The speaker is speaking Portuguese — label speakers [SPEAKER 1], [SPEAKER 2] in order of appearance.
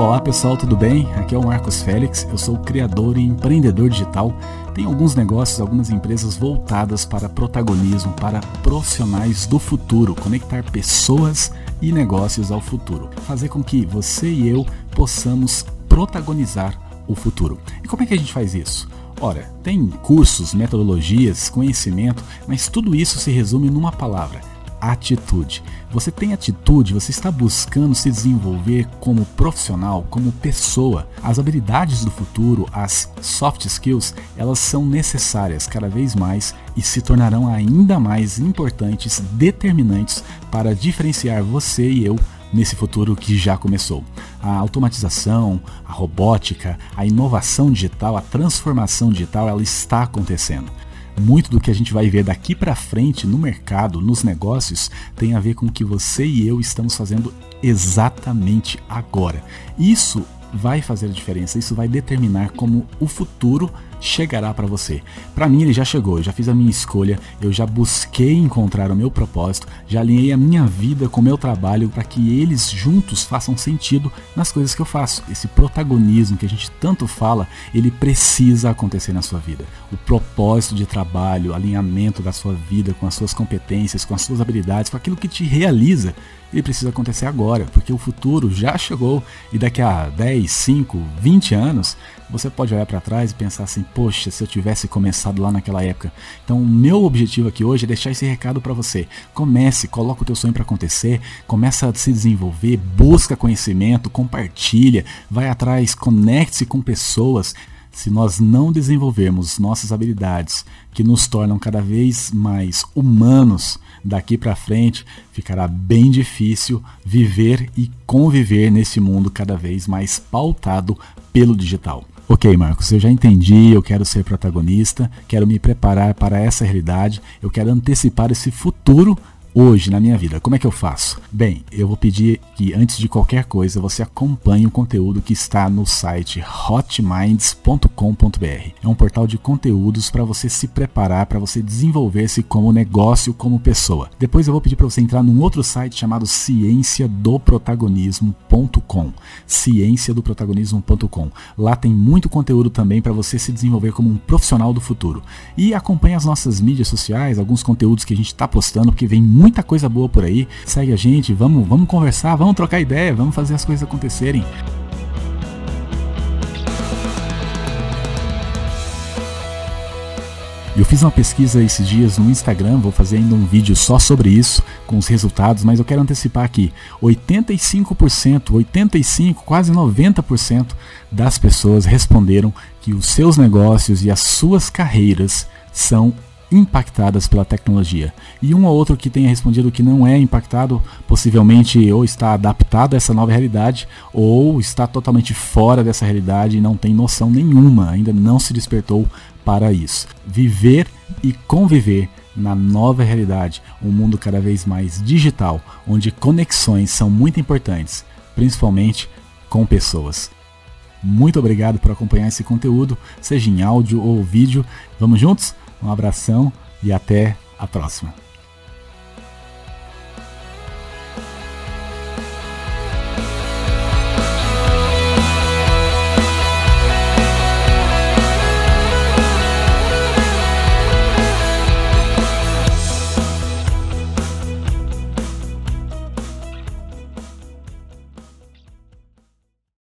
[SPEAKER 1] Olá pessoal, tudo bem? Aqui é o Marcos Félix, eu sou criador e empreendedor digital. Tenho alguns negócios, algumas empresas voltadas para protagonismo, para profissionais do futuro, conectar pessoas e negócios ao futuro. Fazer com que você e eu possamos protagonizar o futuro. E como é que a gente faz isso? Ora, tem cursos, metodologias, conhecimento, mas tudo isso se resume numa palavra: atitude. Você tem atitude, você está buscando se desenvolver como profissional, como pessoa. As habilidades do futuro, as soft skills, elas são necessárias cada vez mais e se tornarão ainda mais importantes, determinantes para diferenciar você e eu nesse futuro que já começou. A automatização, a robótica, a inovação digital, a transformação digital, ela está acontecendo. Muito do que a gente vai ver daqui para frente no mercado, nos negócios, tem a ver com o que você e eu estamos fazendo exatamente agora. Isso vai fazer a diferença, isso vai determinar como o futuro chegará para você. Para mim ele já chegou, eu já fiz a minha escolha, eu já busquei encontrar o meu propósito, já alinhei a minha vida com o meu trabalho para que eles juntos façam sentido nas coisas que eu faço. Esse protagonismo que a gente tanto fala, ele precisa acontecer na sua vida. O propósito de trabalho, o alinhamento da sua vida com as suas competências, com as suas habilidades, com aquilo que te realiza, ele precisa acontecer agora, porque o futuro já chegou e daqui a 10, 5, 20 anos, você pode olhar para trás e pensar assim: poxa, se eu tivesse começado lá naquela época. Então o meu objetivo aqui hoje é deixar esse recado para você. Comece, coloca o teu sonho para acontecer, começa a se desenvolver, busca conhecimento, compartilha, vai atrás, conecte-se com pessoas. Se nós não desenvolvermos nossas habilidades que nos tornam cada vez mais humanos, daqui para frente ficará bem difícil viver e conviver nesse mundo cada vez mais pautado pelo digital. Ok, Marcos, eu já entendi, eu quero ser protagonista, quero me preparar para essa realidade, eu quero antecipar esse futuro hoje na minha vida. Como é que eu faço? Bem, eu vou pedir que antes de qualquer coisa você acompanhe o conteúdo que está no site hotminds.com.br. É um portal de conteúdos para você se preparar, para você desenvolver-se como negócio, como pessoa. Depois eu vou pedir para você entrar num outro site chamado cienciadoprotagonismo.com. cienciadoprotagonismo.com. Lá tem muito conteúdo também para você se desenvolver como um profissional do futuro. E acompanhe as nossas mídias sociais, alguns conteúdos que a gente está postando, porque vem muita coisa boa por aí. Segue a gente, vamos conversar, vamos trocar ideia, vamos fazer as coisas acontecerem. Eu fiz uma pesquisa esses dias no Instagram, vou fazer ainda um vídeo só sobre isso, com os resultados, mas eu quero antecipar aqui: 85%, quase 90% das pessoas responderam que os seus negócios e as suas carreiras são impactadas pela tecnologia. E um ou outro que tenha respondido que não é impactado, possivelmente ou está adaptado a essa nova realidade, ou está totalmente fora dessa realidade e não tem noção nenhuma, ainda não se despertou para isso. Viver e conviver na nova realidade, um mundo cada vez mais digital, onde conexões são muito importantes, principalmente com pessoas. Muito obrigado por acompanhar esse conteúdo, seja em áudio ou vídeo. Vamos juntos? Um abração e até a próxima.